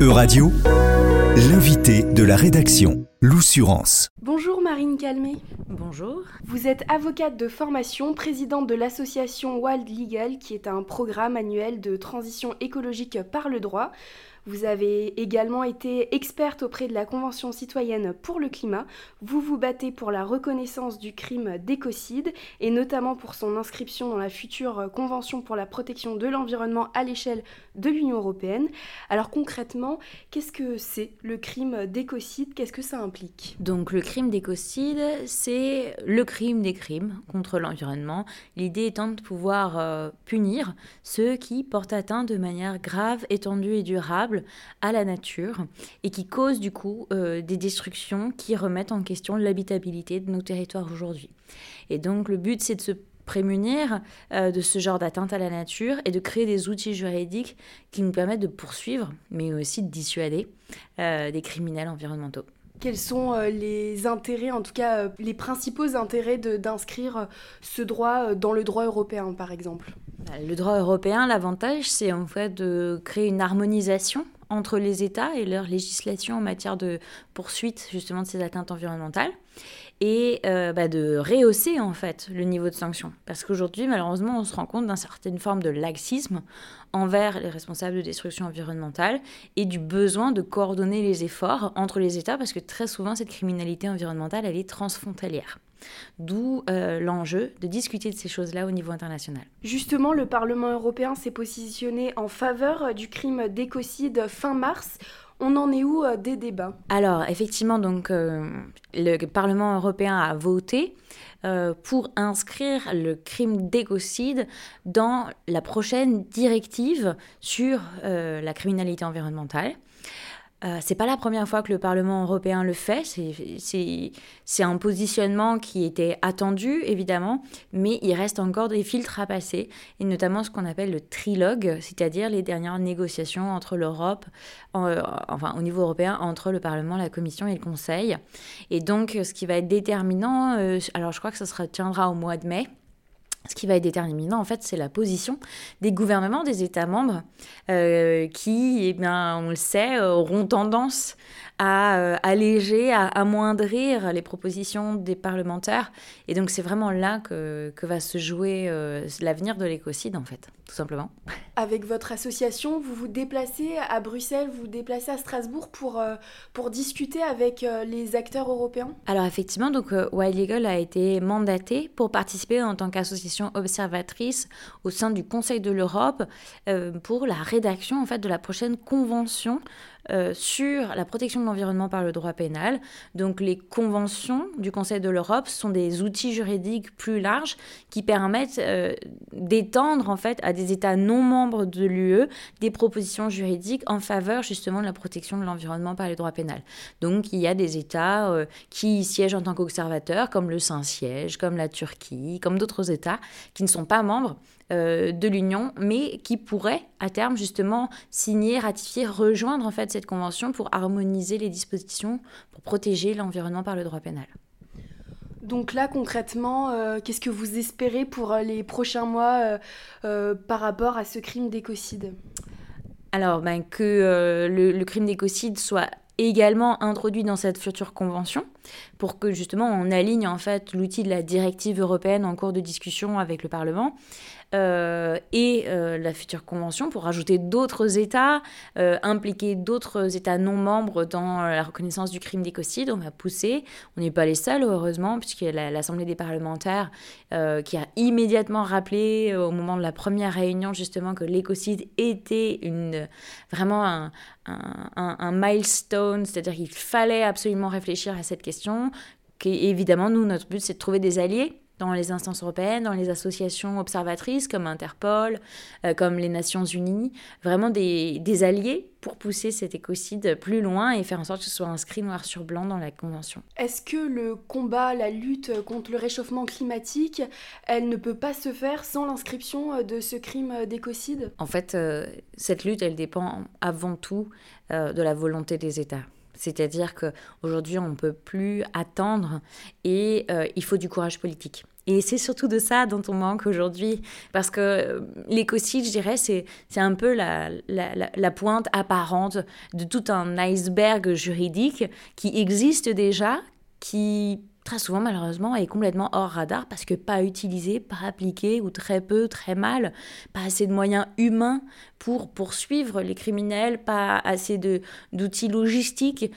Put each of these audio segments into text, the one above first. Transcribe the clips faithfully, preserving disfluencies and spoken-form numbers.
E-Radio, l'invité de la rédaction, l'Oussurance. Bonjour Marine Calmet. Bonjour. Vous êtes avocate de formation, présidente de l'association Wild Legal, qui est un programme annuel de transition écologique par le droit. Vous avez également été experte auprès de la Convention citoyenne pour le climat. Vous vous battez pour la reconnaissance du crime d'écocide et notamment pour son inscription dans la future Convention pour la protection de l'environnement à l'échelle de l'Union européenne. Alors concrètement, qu'est-ce que c'est le crime d'écocide ? Qu'est-ce que ça implique ? Donc le crime d'écocide, c'est le crime des crimes contre l'environnement. L'idée étant de pouvoir euh, punir ceux qui portent atteinte de manière grave, étendue et durable à la nature et qui causent du coup euh, des destructions qui remettent en question l'habitabilité de nos territoires aujourd'hui. Et donc le but, c'est de se prémunir euh, de ce genre d'atteinte à la nature et de créer des outils juridiques qui nous permettent de poursuivre, mais aussi de dissuader euh, des criminels environnementaux. Quels sont euh, les intérêts, en tout cas euh, les principaux intérêts de, d'inscrire euh, ce droit euh, dans le droit européen, par exemple ? Le droit européen, l'avantage, c'est en fait de créer une harmonisation entre les États et leur législation en matière de poursuite justement de ces atteintes environnementales et euh, bah, de rehausser en fait le niveau de sanction. Parce qu'aujourd'hui, malheureusement, on se rend compte d'une certaine forme de laxisme envers les responsables de destruction environnementale et du besoin de coordonner les efforts entre les États parce que très souvent, cette criminalité environnementale, elle est transfrontalière. D'où euh, l'enjeu de discuter de ces choses-là au niveau international. Justement, le Parlement européen s'est positionné en faveur du crime d'écocide fin mars. On en est où euh, des débats ? Alors, effectivement, donc, euh, le Parlement européen a voté euh, pour inscrire le crime d'écocide dans la prochaine directive sur euh, la criminalité environnementale. Euh, c'est pas la première fois que le Parlement européen le fait, c'est, c'est, c'est un positionnement qui était attendu, évidemment, mais il reste encore des filtres à passer, et notamment ce qu'on appelle le trilogue, c'est-à-dire les dernières négociations entre l'Europe, euh, enfin au niveau européen, entre le Parlement, la Commission et le Conseil. Et donc, ce qui va être déterminant, euh, alors je crois que ça se tiendra au mois de mai. Ce qui va être déterminant, en fait, c'est la position des gouvernements des États membres euh, qui, eh bien, on le sait, auront tendance à euh, alléger, à amoindrir les propositions des parlementaires. Et donc, c'est vraiment là que, que va se jouer euh, l'avenir de l'écocide, en fait, tout simplement. Avec votre association, vous vous déplacez à Bruxelles, vous vous déplacez à Strasbourg pour, euh, pour discuter avec euh, les acteurs européens ? Alors, effectivement, donc, euh, Wild Legal a été mandaté pour participer en tant qu'association observatrice au sein du Conseil de l'Europe euh, pour la rédaction, en fait, de la prochaine convention Euh, sur la protection de l'environnement par le droit pénal. Donc les conventions du Conseil de l'Europe sont des outils juridiques plus larges qui permettent euh, d'étendre en fait à des États non membres de l'U E des propositions juridiques en faveur justement de la protection de l'environnement par le droit pénal. Donc il y a des États euh, qui siègent en tant qu'observateurs comme le Saint-Siège, comme la Turquie, comme d'autres États qui ne sont pas membres euh, de l'Union mais qui pourraient à terme justement signer, ratifier, rejoindre en fait cette convention pour harmoniser les dispositions pour protéger l'environnement par le droit pénal. Donc là, concrètement, euh, qu'est-ce que vous espérez pour euh, les prochains mois euh, euh, par rapport à ce crime d'écocide ? Alors, ben, que euh, le, le crime d'écocide soit également introduit dans cette future convention pour que justement on aligne en fait l'outil de la directive européenne en cours de discussion avec le Parlement euh, et euh, la future convention pour rajouter d'autres États, euh, impliquer d'autres États non membres dans la reconnaissance du crime d'écocide. On va pousser, on n'est pas les seuls heureusement puisqu'il y a la, l'Assemblée des parlementaires euh, qui a immédiatement rappelé euh, au moment de la première réunion justement que l'écocide était une, vraiment un, un, un, un milestone, c'est-à-dire qu'il fallait absolument réfléchir à cette question. Évidemment, nous, notre but, c'est de trouver des alliés dans les instances européennes, dans les associations observatrices comme Interpol, euh, comme les Nations Unies, vraiment des, des alliés pour pousser cet écocide plus loin et faire en sorte que ce soit inscrit noir sur blanc dans la Convention. Est-ce que le combat, la lutte contre le réchauffement climatique, elle ne peut pas se faire sans l'inscription de ce crime d'écocide ? En fait, euh, cette lutte, elle dépend avant tout euh, de la volonté des États. C'est-à-dire qu'aujourd'hui, on ne peut plus attendre et euh, il faut du courage politique. Et c'est surtout de ça dont on manque aujourd'hui, parce que l'écocide, je dirais, c'est, c'est un peu la, la, la, la pointe apparente de tout un iceberg juridique qui existe déjà, qui très souvent, malheureusement, est complètement hors radar parce que pas utilisé, pas appliqué, ou très peu, très mal, pas assez de moyens humains pour poursuivre les criminels, pas assez de, d'outils logistiques,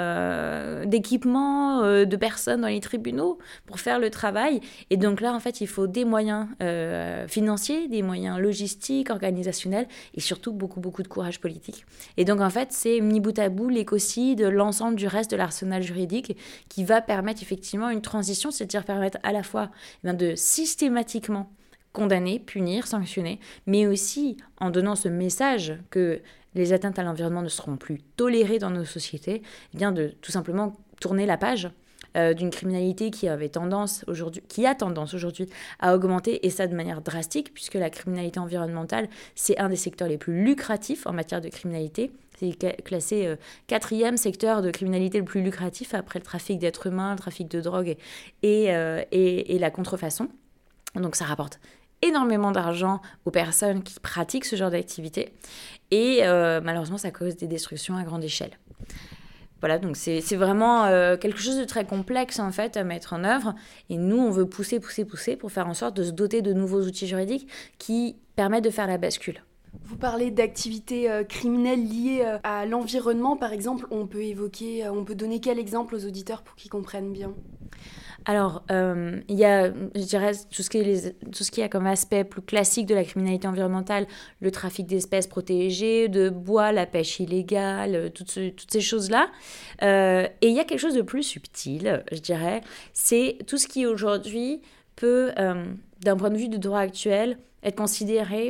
euh, d'équipements, euh, de personnes dans les tribunaux pour faire le travail. Et donc là, en fait, il faut des moyens euh, financiers, des moyens logistiques, organisationnels, et surtout beaucoup, beaucoup de courage politique. Et donc, en fait, c'est mis bout à bout l'écocide, l'ensemble du reste de l'arsenal juridique qui va permettre effectivement une transition, c'est-à-dire permettre à la fois eh bien, de systématiquement condamner, punir, sanctionner, mais aussi en donnant ce message que les atteintes à l'environnement ne seront plus tolérées dans nos sociétés, eh bien de tout simplement tourner la page euh, d'une criminalité qui avait tendance aujourd'hui, qui a tendance aujourd'hui à augmenter, et ça de manière drastique, puisque la criminalité environnementale, c'est un des secteurs les plus lucratifs en matière de criminalité. C'est classé euh, quatrième secteur de criminalité le plus lucratif après le trafic d'êtres humains, le trafic de drogue et, et, euh, et, et la contrefaçon. Donc ça rapporte énormément d'argent aux personnes qui pratiquent ce genre d'activité. Et euh, malheureusement, ça cause des destructions à grande échelle. Voilà, donc c'est, c'est vraiment euh, quelque chose de très complexe en fait à mettre en œuvre. Et nous, on veut pousser, pousser, pousser pour faire en sorte de se doter de nouveaux outils juridiques qui permettent de faire la bascule. Vous parlez d'activités euh, criminelles liées euh, à l'environnement, par exemple. On peut évoquer, euh, on peut donner quel exemple aux auditeurs pour qu'ils comprennent bien ? Alors, euh, il y a, je dirais, tout ce, qui est les, tout ce qui a comme aspect plus classique de la criminalité environnementale, le trafic d'espèces protégées, de bois, la pêche illégale, toutes, ce, toutes ces choses-là. Euh, et il y a quelque chose de plus subtil, je dirais, c'est tout ce qui aujourd'hui peut, euh, d'un point de vue du droit actuel, être considéré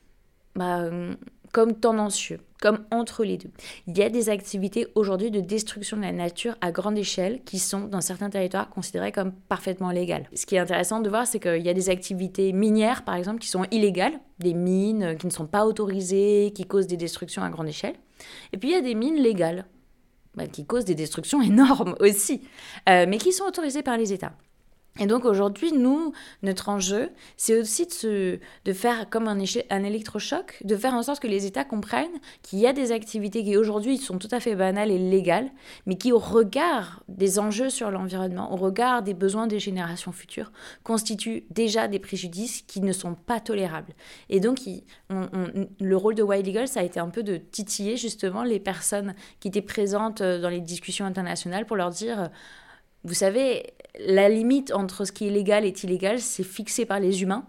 bah, comme tendancieux, comme entre les deux. Il y a des activités aujourd'hui de destruction de la nature à grande échelle qui sont, dans certains territoires, considérées comme parfaitement légales. Ce qui est intéressant de voir, c'est qu'il y a des activités minières, par exemple, qui sont illégales, des mines qui ne sont pas autorisées, qui causent des destructions à grande échelle. Et puis, il y a des mines légales, bah, qui causent des destructions énormes aussi, euh, mais qui sont autorisées par les États. Et donc aujourd'hui, nous, notre enjeu, c'est aussi de, se, de faire comme un, éche- un électrochoc, de faire en sorte que les États comprennent qu'il y a des activités qui aujourd'hui sont tout à fait banales et légales, mais qui au regard des enjeux sur l'environnement, au regard des besoins des générations futures, constituent déjà des préjudices qui ne sont pas tolérables. Et donc il, on, on, le rôle de Wild Eagle, ça a été un peu de titiller justement les personnes qui étaient présentes dans les discussions internationales pour leur dire... Vous savez, la limite entre ce qui est légal et illégal, c'est fixé par les humains.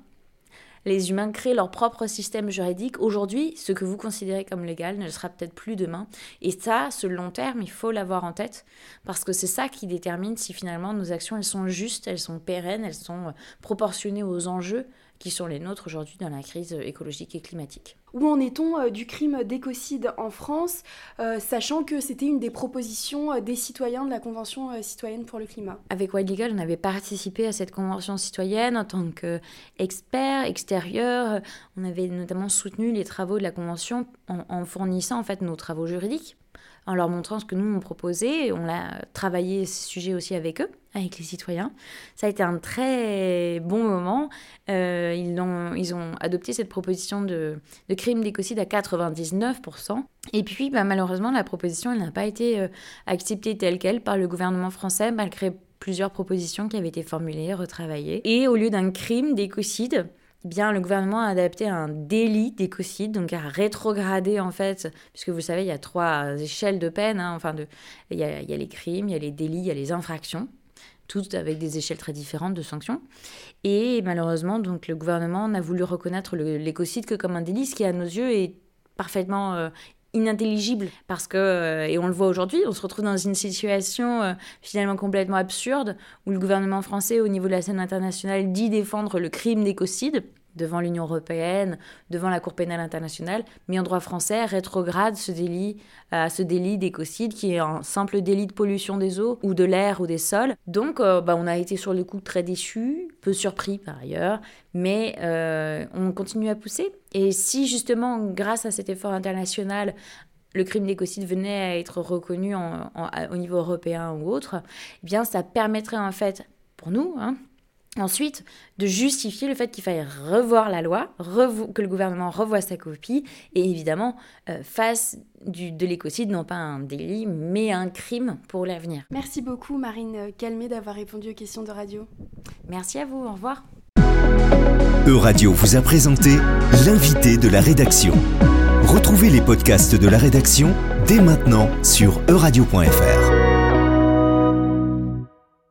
Les humains créent leur propre système juridique. Aujourd'hui, ce que vous considérez comme légal ne le sera peut-être plus demain. Et ça, ce long terme, il faut l'avoir en tête parce que c'est ça qui détermine si finalement nos actions, elles sont justes, elles sont pérennes, elles sont proportionnées aux enjeux qui sont les nôtres aujourd'hui dans la crise écologique et climatique. Où en est-on euh, du crime d'écocide en France, euh, sachant que c'était une des propositions euh, des citoyens de la Convention euh, citoyenne pour le climat ? Avec Wild Eagle, on avait participé à cette convention citoyenne en tant qu'experts extérieurs. On avait notamment soutenu les travaux de la convention en, en fournissant en fait nos travaux juridiques, en leur montrant ce que nous on proposait. On a travaillé ces sujets aussi avec eux, avec les citoyens. Ça a été un très bon moment. Euh, ils, ont, ils ont adopté cette proposition de, de crime d'écocide à quatre-vingt-dix-neuf pour cent. Et puis, bah, malheureusement, la proposition elle n'a pas été euh, acceptée telle qu'elle par le gouvernement français, malgré plusieurs propositions qui avaient été formulées, retravaillées. Et au lieu d'un crime d'écocide, eh bien, le gouvernement a adapté un délit d'écocide, donc a rétrogradé en fait, puisque vous savez, il y a trois échelles de peine, hein, enfin, de, il y a, il y a les crimes, il y a les délits, il y a les infractions, toutes avec des échelles très différentes de sanctions. Et malheureusement, donc, le gouvernement n'a voulu reconnaître le, l'écocide que comme un délit, ce qui à nos yeux est parfaitement euh, inintelligible, parce que, euh, et on le voit aujourd'hui, on se retrouve dans une situation euh, finalement complètement absurde, où le gouvernement français, au niveau de la scène internationale, dit défendre le crime d'écocide, devant l'Union européenne, devant la Cour pénale internationale, mais en droit français, rétrograde ce délit, euh, ce délit d'écocide qui est un simple délit de pollution des eaux ou de l'air ou des sols. Donc, euh, bah, on a été sur le coup très déçus, peu surpris par ailleurs, mais euh, on continue à pousser. Et si justement, grâce à cet effort international, le crime d'écocide venait à être reconnu en, en, au niveau européen ou autre, eh bien, ça permettrait en fait, pour nous, hein, Ensuite, de justifier le fait qu'il faille revoir la loi, revo- que le gouvernement revoie sa copie et évidemment euh, fasse du, de l'écocide non pas un délit mais un crime pour l'avenir. Merci beaucoup Marine Calmet d'avoir répondu aux questions de Radio. Merci à vous, au revoir. Euradio vous a présenté l'invité de la rédaction. Retrouvez les podcasts de la rédaction dès maintenant sur euradio point f r.